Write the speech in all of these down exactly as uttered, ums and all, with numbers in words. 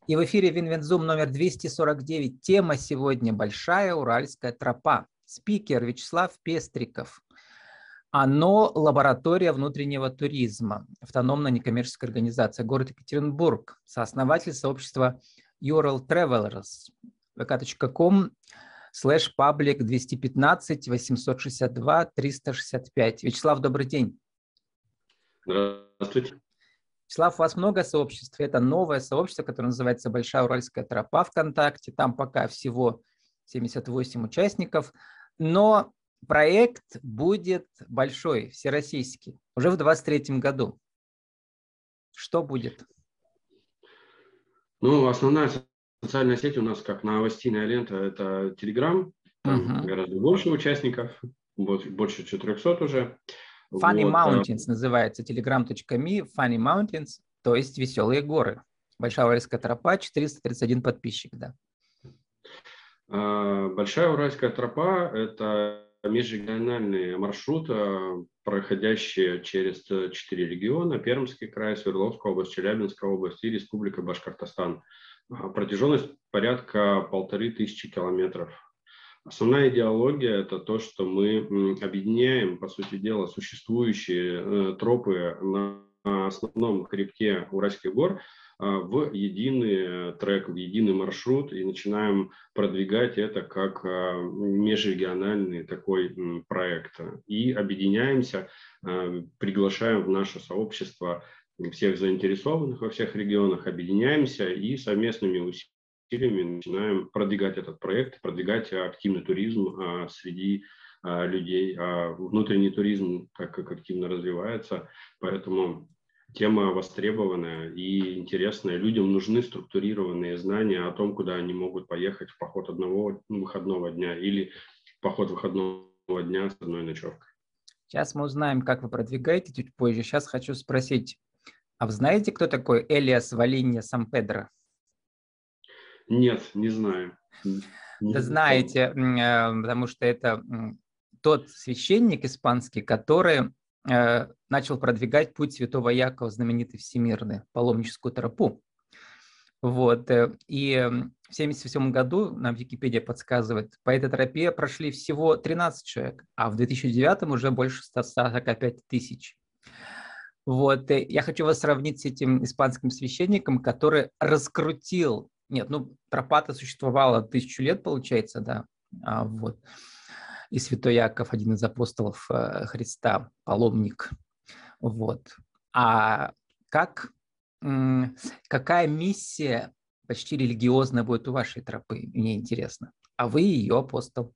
И в эфире Винвензум номер двести сорок девять. Тема сегодня «Большая Уральская тропа». Спикер Вячеслав Пестриков. ОНО «Лаборатория внутреннего туризма». Автономная некоммерческая организация. Город Екатеринбург. Сооснователь сообщества Ural Travelers. вэ ка точка ком слэш паблик двести пятнадцать восемьсот шестьдесят два триста шестьдесят пять. Вячеслав, добрый день. Здравствуйте. Вячеслав, у вас много сообществ. Это новое сообщество, которое называется «Большая Уральская тропа» ВКонтакте. Там пока всего семьдесят восемь участников. Но проект будет большой, всероссийский, уже в двадцать третьем году. Что будет? Ну, основная социальная сеть у нас, как новостная лента, это Telegram. Там uh-huh. гораздо больше участников, больше четырехсот уже. Funny вот. Mountains называется, telegram точка me, Funny Mountains, то есть веселые горы. Большая Уральская тропа, четыреста тридцать один подписчик, да. Большая Уральская тропа – это межрегиональный маршрут, проходящий через четыре региона: Пермский край, Свердловская область, Челябинская область и Республика Башкортостан. Протяженность порядка полторы тысячи километров. Основная идеология – это то, что мы объединяем, по сути дела, существующие тропы на основном хребте Уральских гор в единый трек, в единый маршрут, и начинаем продвигать это как межрегиональный такой проект. И объединяемся, приглашаем в наше сообщество всех заинтересованных во всех регионах, объединяемся и совместными усилиями начинаем продвигать этот проект, продвигать активный туризм среди людей. Внутренний туризм так как активно развивается, поэтому тема востребованная и интересная. Людям нужны структурированные знания о том, куда они могут поехать в поход одного выходного дня или поход выходного дня с одной ночевкой. Сейчас мы узнаем, как вы продвигаете чуть позже. Сейчас хочу спросить, а вы знаете, кто такой Элиас Валинья Сампедро? Нет, не знаю. Не да знаете, потому что это тот священник испанский, который начал продвигать путь Святого Якова, знаменитый всемирный, паломническую тропу. Вот. И в семьдесят восьмом году, нам Википедия подсказывает, по этой тропе прошли всего тринадцать человек, а в две тысячи девятом уже больше ста сорока пяти тысяч. Вот. Я хочу вас сравнить с этим испанским священником, который раскрутил, нет, ну, тропа-то существовала тысячу лет, получается, да, а, вот. И Святой Яков, один из апостолов Христа, паломник. Вот. А как, какая миссия почти религиозная будет у вашей тропы? Мне интересно. А вы ее апостол.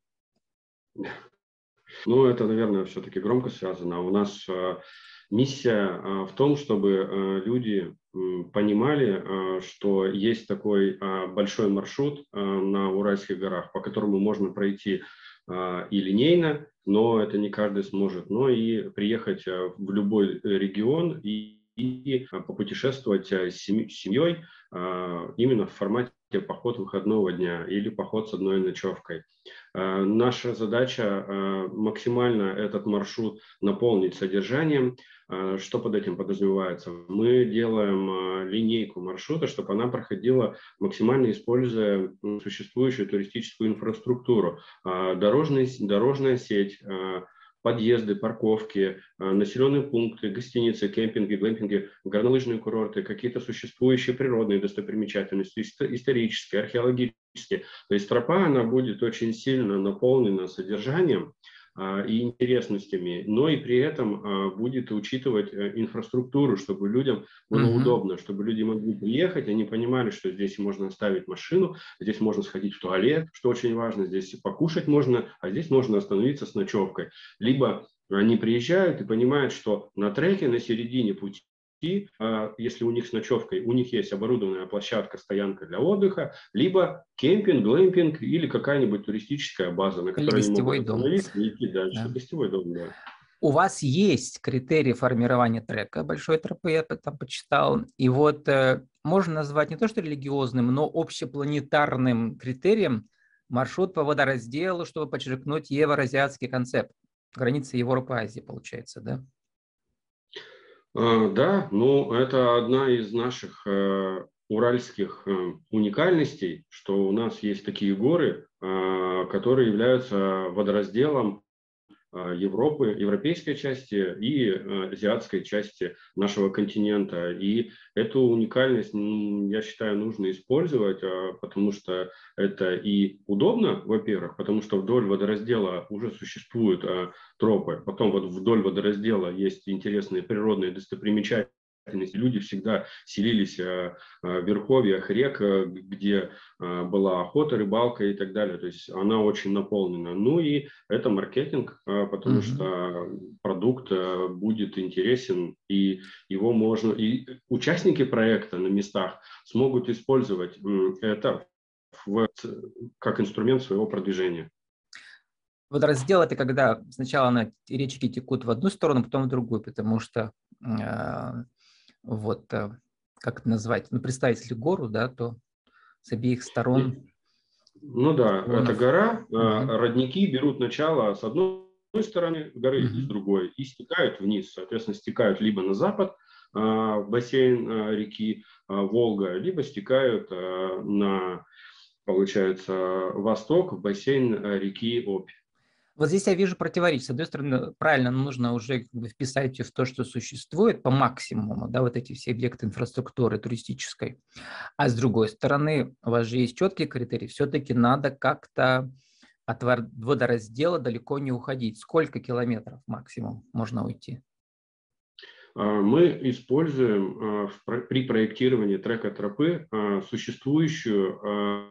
Ну, это, наверное, все-таки громко связано. У нас миссия в том, чтобы люди понимали, что есть такой большой маршрут на Уральских горах, по которому можно пройти и линейно, но это не каждый сможет, но и приехать в любой регион и, и попутешествовать с семьей именно в формате поход выходного дня или поход с одной ночевкой. Наша задача максимально этот маршрут наполнить содержанием. Что под этим подразумевается? Мы делаем линейку маршрута, чтобы она проходила, максимально используя существующую туристическую инфраструктуру. Дорожный, дорожная сеть, подъезды, парковки, населенные пункты, гостиницы, кемпинги, глэмпинги, горнолыжные курорты, какие-то существующие природные достопримечательности, исторические, археологические. То есть тропа, она будет очень сильно наполнена содержанием и интересностями, но и при этом будет учитывать инфраструктуру, чтобы людям было uh-huh. удобно, чтобы люди могли приехать, они понимали, что здесь можно оставить машину, здесь можно сходить в туалет, что очень важно, здесь покушать можно, а здесь можно остановиться с ночевкой. Либо они приезжают и понимают, что на треке, на середине пути, если у них с ночевкой, у них есть оборудованная площадка, стоянка для отдыха, либо кемпинг, глэмпинг или какая-нибудь туристическая база, на которой они могут остановиться и идти дальше. Да. Гостевой дом, да. У вас есть критерии формирования трека большой тропы, я там почитал, и вот э, можно назвать не то что религиозным, но общепланетарным критерием маршрут по водоразделу, чтобы подчеркнуть евроазиатский концепт, границы Европы-Азии, получается, да? Да, ну это одна из наших уральских э, уникальностей, что у нас есть такие горы, э, которые являются водоразделом Европы, европейской части и азиатской части нашего континента. И эту уникальность, я считаю, нужно использовать, потому что это и удобно, во-первых, потому что вдоль водораздела уже существуют тропы. Потом вот вдоль водораздела есть интересные природные достопримечательности. Люди всегда селились в верховьях рек, где была охота, рыбалка и так далее. То есть она очень наполнена. Ну и это маркетинг, потому mm-hmm. что продукт будет интересен, и его можно, и участники проекта на местах смогут использовать это в, как инструмент своего продвижения. Водораздел – это когда сначала на речки текут в одну сторону, потом в другую, потому что э, вот, э, как это назвать, ну, представить, если гору, да, то с обеих сторон. Ну да, склонов. это гора, угу. Родники берут начало с одной стороны горы угу. и с другой, и стекают вниз, соответственно, стекают либо на запад, в бассейн реки Волга, либо стекают на, получается, восток, в бассейн реки Обь. Вот здесь я вижу противоречие. С одной стороны, правильно, нужно уже как бы вписать ее в то, что существует по максимуму, да, вот эти все объекты инфраструктуры туристической. А с другой стороны, у вас же есть четкие критерии. Все-таки надо как-то от водораздела далеко не уходить. Сколько километров максимум можно уйти? Мы используем при проектировании трека тропы существующую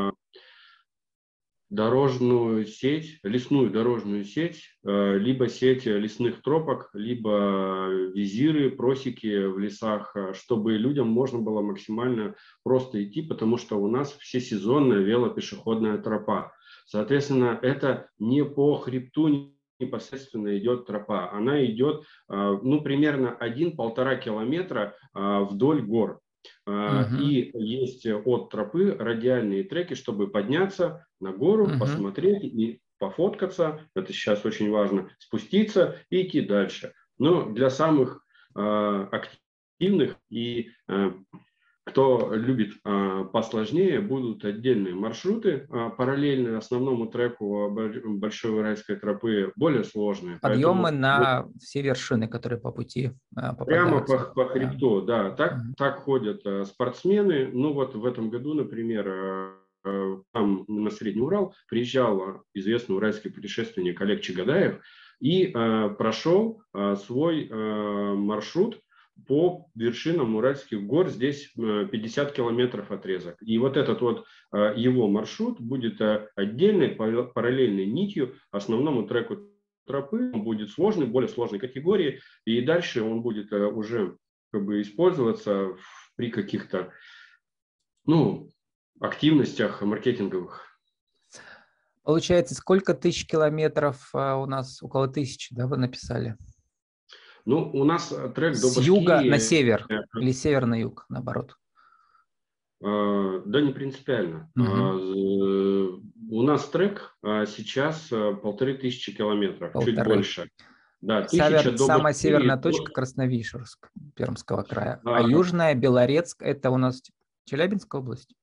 дорожную сеть, лесную дорожную сеть, либо сеть лесных тропок, либо визиры, просеки в лесах, чтобы людям можно было максимально просто идти, потому что у нас всесезонная велопешеходная тропа. Соответственно, это не по хребту непосредственно идет тропа. Она идет ну, примерно один-полтора километра вдоль гор. Uh-huh. И есть от тропы радиальные треки, чтобы подняться на гору, uh-huh. посмотреть и пофоткаться. Это сейчас очень важно. Спуститься и идти дальше. Но для самых э, активных и э, кто любит э, посложнее, будут отдельные маршруты, э, параллельные основному треку Большой Уральской тропы, более сложные. Подъемы Поэтому, на вот, все вершины, которые по пути э, прямо по, по хребту, да. да. Так, uh-huh. так ходят э, спортсмены. Ну вот в этом году, например, э, э, там на Средний Урал приезжал известный уральский путешественник Олег Чагадаев и э, прошел э, свой э, маршрут по вершинам Уральских гор, здесь пятьдесят километров отрезок. И вот этот вот его маршрут будет отдельной параллельной нитью основному треку тропы. Он будет сложный, более сложной категории, и дальше он будет уже как бы использоваться при каких-то ну, активностях маркетинговых. Получается, сколько тысяч километров у нас? Около тысячи, да, вы написали? Ну, у нас трек С до Башкирии... юга на север или север на юг, наоборот? Да, не принципиально. Угу. У нас трек сейчас полторы тысячи километров, полторы. Чуть больше. Да, Север, самая северная точка до... Красновишерск, Пермского края. А, а южная Белорецк, это у нас Челябинская область?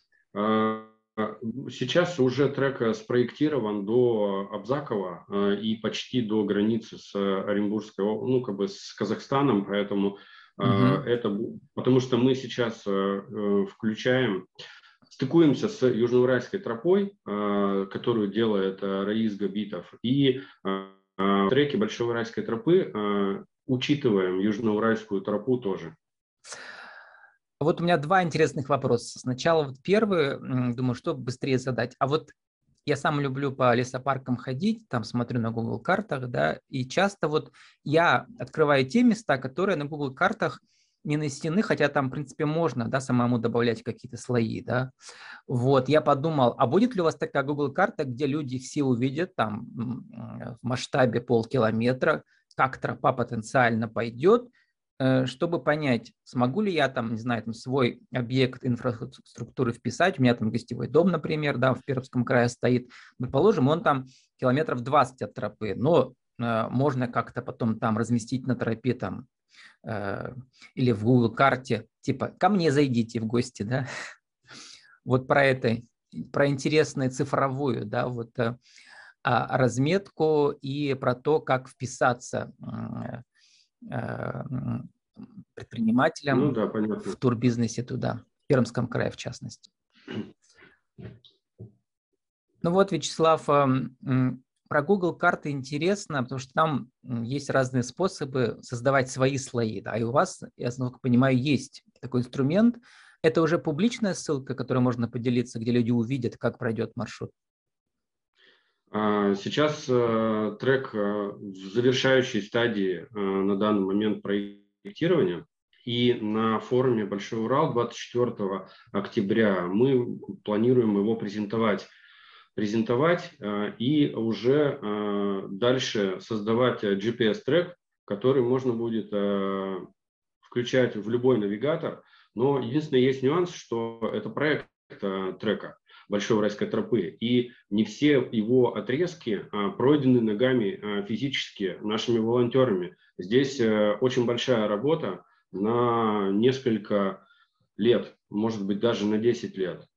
Сейчас уже трек спроектирован до Абзакова и почти до границы с Оренбургской, ну, как бы с Казахстаном, поэтому uh-huh. это, потому что мы сейчас включаем, стыкуемся с Южноуральской тропой, которую делает Раис Габитов, и в треке Большой Уральской тропы учитываем Южноуральскую тропу тоже. Вот у меня два интересных вопроса. Сначала вот первый, думаю, что быстрее задать. А вот я сам люблю по лесопаркам ходить, там смотрю на Google картах, да, и часто вот я открываю те места, которые на Google картах не нанесены, хотя там, в принципе, можно, да, самому добавлять какие-то слои, да. Вот, я подумал, а будет ли у вас такая Google карта, где люди все увидят там в масштабе полкилометра, как тропа потенциально пойдет, чтобы понять, смогу ли я там, не знаю, там свой объект инфраструктуры вписать, у меня там гостевой дом, например, да, в Пермском крае стоит, предположим, он там километров двадцать от тропы, но э, можно как-то потом там разместить на тропе там или в Google карте, типа «ко мне зайдите в гости», да, вот про это, про интересную цифровую, да, вот разметку и про то, как вписаться предпринимателям Ну да, в понятно. турбизнесе туда, в Пермском крае в частности. Ну вот, Вячеслав, про Google карты интересно, потому что там есть разные способы создавать свои слои. Да, и у вас, я насколько понимаю, есть такой инструмент. Это уже публичная ссылка, которой можно поделиться, где люди увидят, как пройдет маршрут? Сейчас трек в завершающей стадии на данный момент проектирования. И на форуме Большой Урал двадцать четвёртого октября мы планируем его презентовать. презентовать и уже дальше создавать джи пи эс-трек, который можно будет включать в любой навигатор. Но единственное, есть нюанс, что это проект трека Большой Уральской тропы, и не все его отрезки пройдены ногами физически нашими волонтерами. Здесь очень большая работа на несколько лет, может быть, даже на десять лет.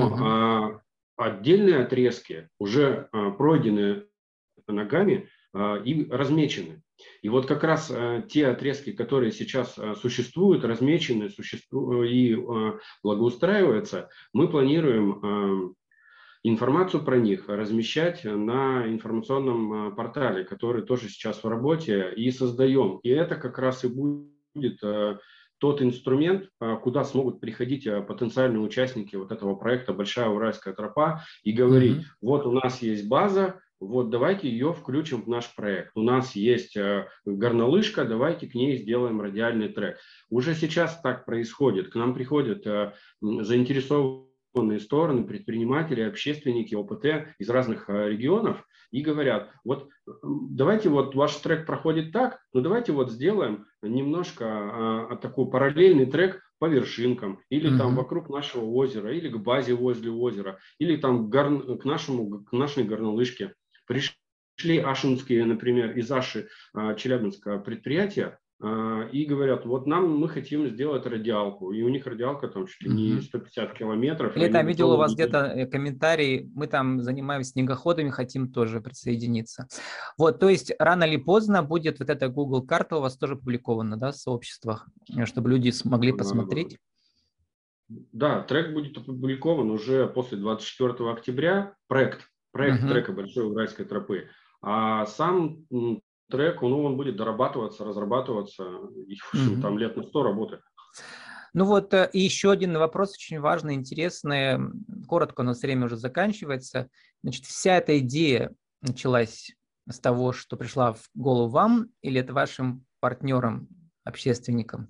Но uh-huh. отдельные отрезки уже пройдены ногами и размечены. И вот как раз те отрезки, которые сейчас существуют, размечены существуют и благоустраиваются, мы планируем информацию про них размещать на информационном портале, который тоже сейчас в работе, и создаем. И это как раз и будет тот инструмент, куда смогут приходить потенциальные участники вот этого проекта «Большая Уральская тропа» и говорить, mm-hmm. вот у нас есть база, вот давайте ее включим в наш проект. У нас есть горнолыжка, давайте к ней сделаем радиальный трек. Уже сейчас так происходит. К нам приходят заинтересованные стороны, предприниматели, общественники, о пэ тэ из разных регионов и говорят, вот давайте вот ваш трек проходит так, но давайте вот сделаем немножко а, такой параллельный трек по вершинкам, или mm-hmm. там вокруг нашего озера, или к базе возле озера, или там гор... к, нашему, к нашей горнолыжке. Пришли ашинские, например, из Аши Челябинского предприятия и говорят, вот нам мы хотим сделать радиалку. И у них радиалка там чуть ли не сто пятьдесят километров. Или там видел у вас где-то комментарий, мы там занимаемся снегоходами, хотим тоже присоединиться. Вот, то есть рано или поздно будет вот эта Google карта у вас тоже опубликована, да, в сообществах, чтобы люди смогли посмотреть? Да, трек будет опубликован уже после двадцать четвёртого октября, проект. Проект uh-huh. трека Большой Уральской тропы. А сам трек, ну, он будет дорабатываться, разрабатываться. И, в общем, uh-huh. там лет на сто работы. Ну вот и еще один вопрос очень важный, интересный. Коротко, у нас время уже заканчивается. Значит, вся эта идея началась с того, что пришла в голову вам, или это вашим партнерам, общественникам?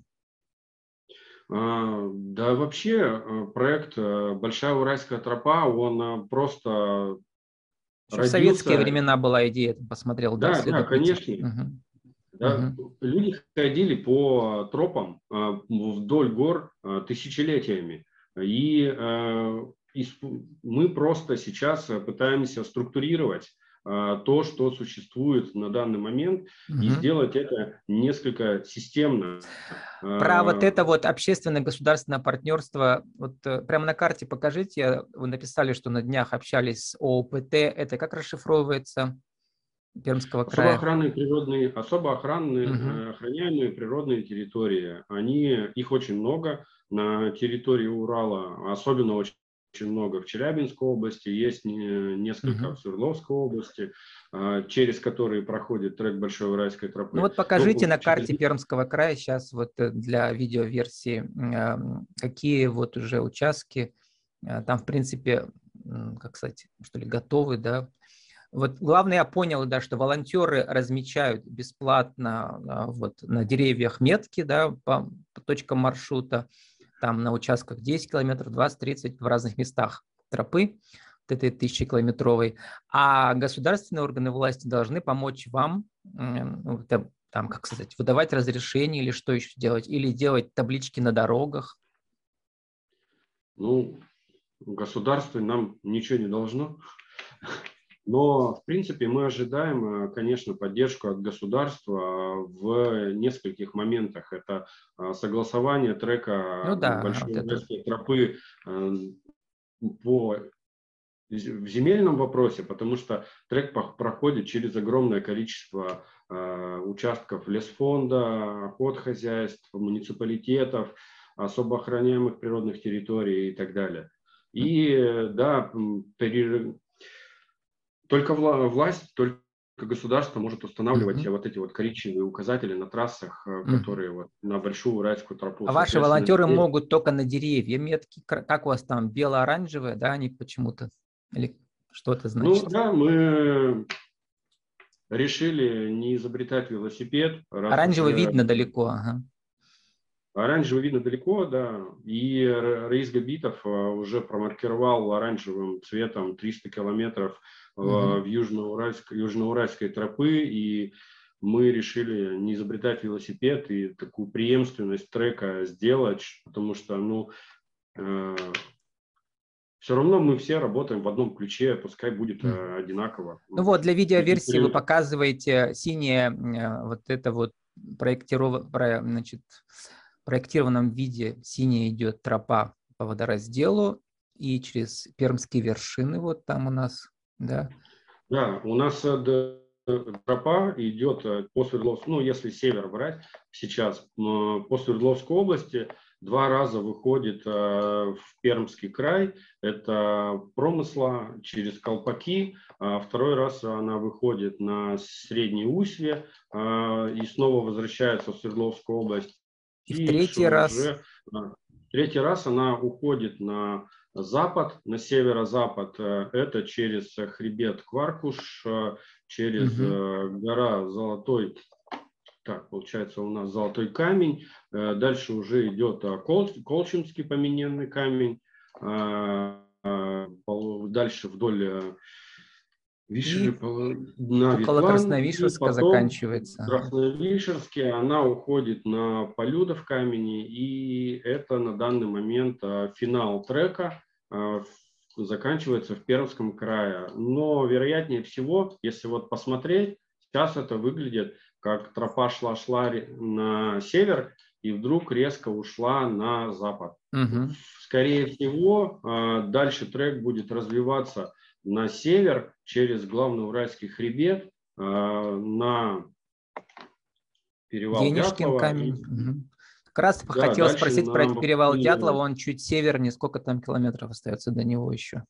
А, да, вообще проект «Большая Уральская тропа», он просто... В советские времена была идея, посмотрел. Да, да, да, конечно. Угу. Да, угу. Люди ходили по тропам вдоль гор тысячелетиями. И, и мы просто сейчас пытаемся структурировать то, что существует на данный момент, угу. и сделать это несколько системно. Про вот это вот общественное государственное партнерство, вот прямо на карте покажите, вы написали, что на днях общались с о пэ тэ, это как расшифровывается? Пермского края. Особо охранные природные, особо охранные, угу. охраняемые природные территории, они, их очень много на территории Урала, особенно очень очень много в Челябинской области, есть несколько uh-huh. в Свердловской области, через которые проходит трек Большой Уральской тропы. Ну вот покажите Но, на карте Пермского края сейчас вот для видеоверсии, какие вот уже участки, там в принципе, как сказать, что ли, готовы, да. Вот главное, я понял, да, что волонтеры размечают бесплатно вот на деревьях метки, да, по, по точкам маршрута, там на участках десять километров, двадцать, тридцать в разных местах тропы, вот этой тысячекилометровой. А государственные органы власти должны помочь вам, там, как сказать, выдавать разрешение или что еще делать, или делать таблички на дорогах. Ну, государство нам ничего не должно. Но, в принципе, мы ожидаем, конечно, поддержку от государства в нескольких моментах. Это согласование трека Ну да, Большой вот это. Уральской тропы по в земельном вопросе, потому что трек проходит через огромное количество э, участков лесфонда, охотхозяйств, муниципалитетов, особо охраняемых природных территорий и так далее. И да, пере... только вла... власть, только государство может устанавливать Угу. вот эти вот коричневые указатели на трассах, Угу. которые вот на Большую Уральскую тропу. А ваши волонтеры могут только на деревья метки. Как у вас там, бело-оранжевые, да, они почему-то? Или что это значит? Ну да, мы решили не изобретать велосипед. Оранжевый уже... видно далеко. Ага. Оранжевый видно далеко, да. И Раис Габитов уже промаркировал оранжевым цветом триста километров угу. в Южноуральской, Южноуральской тропы. И мы решили не изобретать велосипед и такую преемственность трека сделать, потому что, ну, э, все равно мы все работаем в одном ключе, пускай будет mm. одинаково. Ну вот, для видеоверсии вы показываете синее вот это вот проектиров... значит, в проектированном виде синяя идет тропа по водоразделу и через Пермские вершины, вот там у нас, да? Да, у нас тропа идет по Свердловской, ну если север брать сейчас, по Свердловской области, два раза выходит в Пермский край, это Промысла через Колпаки, а второй раз она выходит на Среднее Усье и снова возвращается в Свердловскую область. И, и в третий раз? Уже, третий раз она уходит на запад, на северо-запад, это через хребет Кваркуш, через угу. гора Золотой. Так, получается у нас Золотой камень, дальше уже идет Кол, Колчинский помененный камень, дальше вдоль Вишеры, на около Ветлан, Красновишерска заканчивается. В Красновишерске она уходит на Полюдов камени, и это на данный момент финал трека, заканчивается в Пермском крае. Но вероятнее всего, если вот посмотреть, сейчас это выглядит как тропа шла-шла на север и вдруг резко ушла на запад. Угу. Скорее всего, дальше трек будет развиваться на север через Главноуральский хребет на перевал Денежкин Дятлова. камень. И... Угу. Как раз да, хотел спросить на... про перевал Дятлова, он чуть севернее, сколько там километров остается до него еще?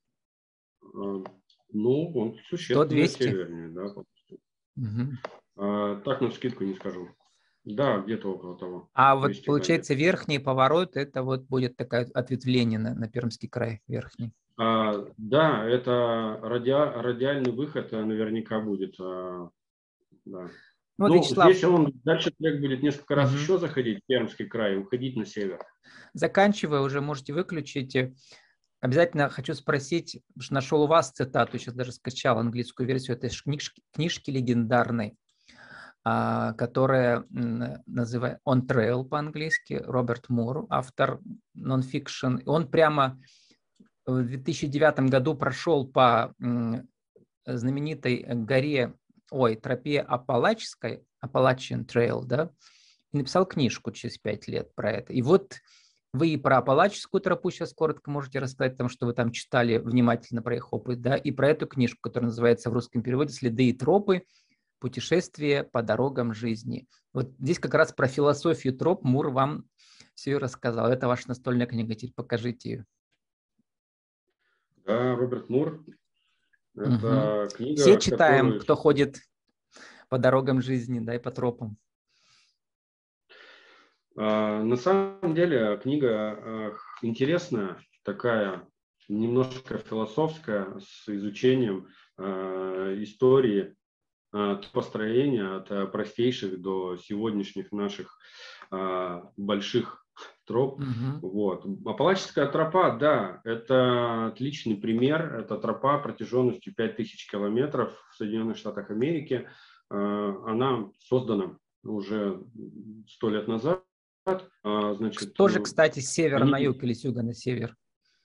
Ну, он существенно севернее, да. Угу. А, так навскидку не скажу. Да, где-то около того. А вот получается где-то. Верхний поворот, это вот будет такое ответвление на, на Пермский край, верхний. А, да, это ради... радиальный выход наверняка будет. А, да. Ну, ну, Вячеслав... здесь он, дальше трек будет несколько раз угу. еще заходить в Пермский край и уходить на север. Заканчивая, уже можете выключить. Обязательно хочу спросить, потому что нашел у вас цитату, сейчас даже скачал английскую версию этой книжки, книжки легендарной, которая называется «On Trail» по-английски, Роберт Мур, автор нон-фикшн. Он прямо в две тысячи девятом году прошел по знаменитой горе, ой, тропе Апалачской, Appalachian Trail, да, и написал книжку через пять лет про это. И вот вы и про Апалачскую тропу сейчас коротко можете рассказать, потому что вы там читали внимательно про их опыт, да, и про эту книжку, которая называется в русском переводе «Следы и тропы. Путешествие по дорогам жизни». Вот здесь как раз про философию троп Мур вам все рассказал. Это ваша настольная книга, теперь покажите ее. Да, Роберт Мур. Это угу. книга, все читаем, которую... кто ходит по дорогам жизни, да, и по тропам. А, на самом деле книга интересная, такая немножко философская, с изучением а, истории построения от простейших до сегодняшних наших а, больших троп. Угу. Вот. Апалачская тропа, да, это отличный пример. Это тропа протяженностью пять тысяч километров в Соединенных Штатах Америки. А, она создана уже сто лет назад. А, значит, тоже, кстати, с севера они... на юг или с юга на север?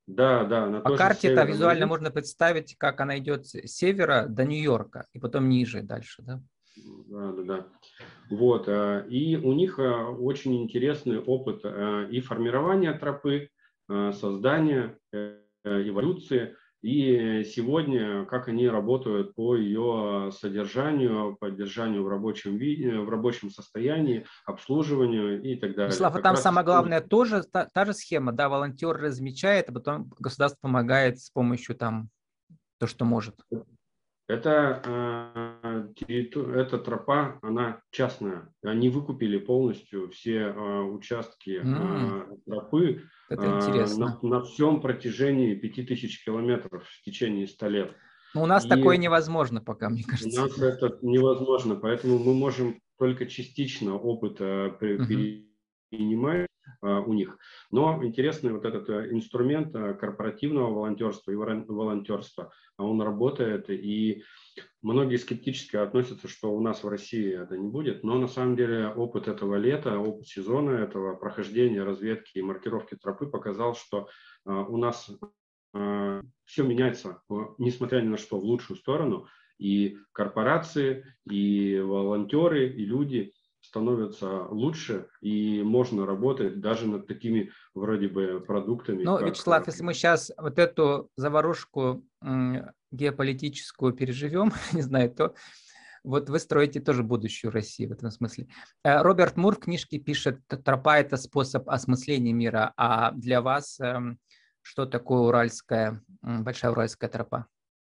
Да, да, она По тоже с карте это севера на визуально юг. можно представить, как она идет с севера до Нью-Йорка и потом ниже дальше, да? Да, да, да. Вот, э, и у них э, очень интересный опыт э, и формирования тропы, э, создания, э, эволюции. И сегодня, как они работают по ее содержанию, поддержанию в рабочем виде, в рабочем состоянии, обслуживанию и так далее. Вячеслав, а Как там раз самое главное используют. тоже та, та же схема, да, волонтер размечает, а потом государство помогает с помощью там то, что может. Это, э, территу- эта тропа, она частная. Они выкупили полностью все э, участки М, э, тропы э, это на, интересно. на всем протяжении пяти тысяч километров в течение ста лет. Но у нас И такое невозможно пока, мне у кажется. нас это невозможно, поэтому мы можем только частично опыт э, Мгм. пе- перенимать э, у них. Но интересный вот этот э, инструмент э, корпоративного волонтерства и волон- волонтерства, а он работает, и многие скептически относятся, что у нас в России это не будет, но на самом деле опыт этого лета, опыт сезона этого прохождения, разведки и маркировки тропы показал, что э, у нас э, все меняется, э, несмотря ни на что, в лучшую сторону. И корпорации, и волонтеры, и люди становятся лучше, и можно работать даже над такими вроде бы продуктами, Ну, как... э, Вячеслав, если мы сейчас вот эту заварушку м, геополитическую переживем, не знаю, то вот вы строите тоже будущую Россию в этом смысле. Э, Роберт Мур в книжке пишет, тропа – это способ осмысления мира, а для вас эм, что такое уральская, м, большая уральская тропа?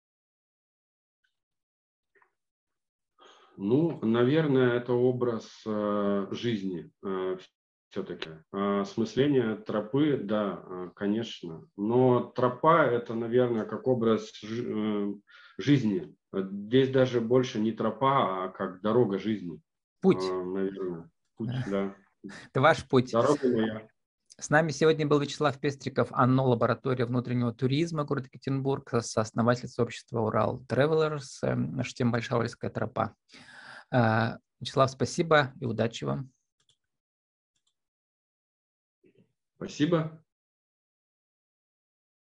Ну, наверное, это образ э, жизни э, все-таки. Э, осмысление тропы, да, э, конечно. Но тропа – это, наверное, как образ жи- э, жизни. Э, Здесь даже больше не тропа, а как дорога жизни, э, Путь. наверное. Э, Путь, да. Это ваш путь. Дорога моя. С нами сегодня был Вячеслав Пестриков, АННО, лаборатория внутреннего туризма, город Екатеринбург, сооснователь сообщества Урал Travelers, э, наша тема «Большая Уральская тропа». Э, Вячеслав, спасибо и удачи вам. Спасибо.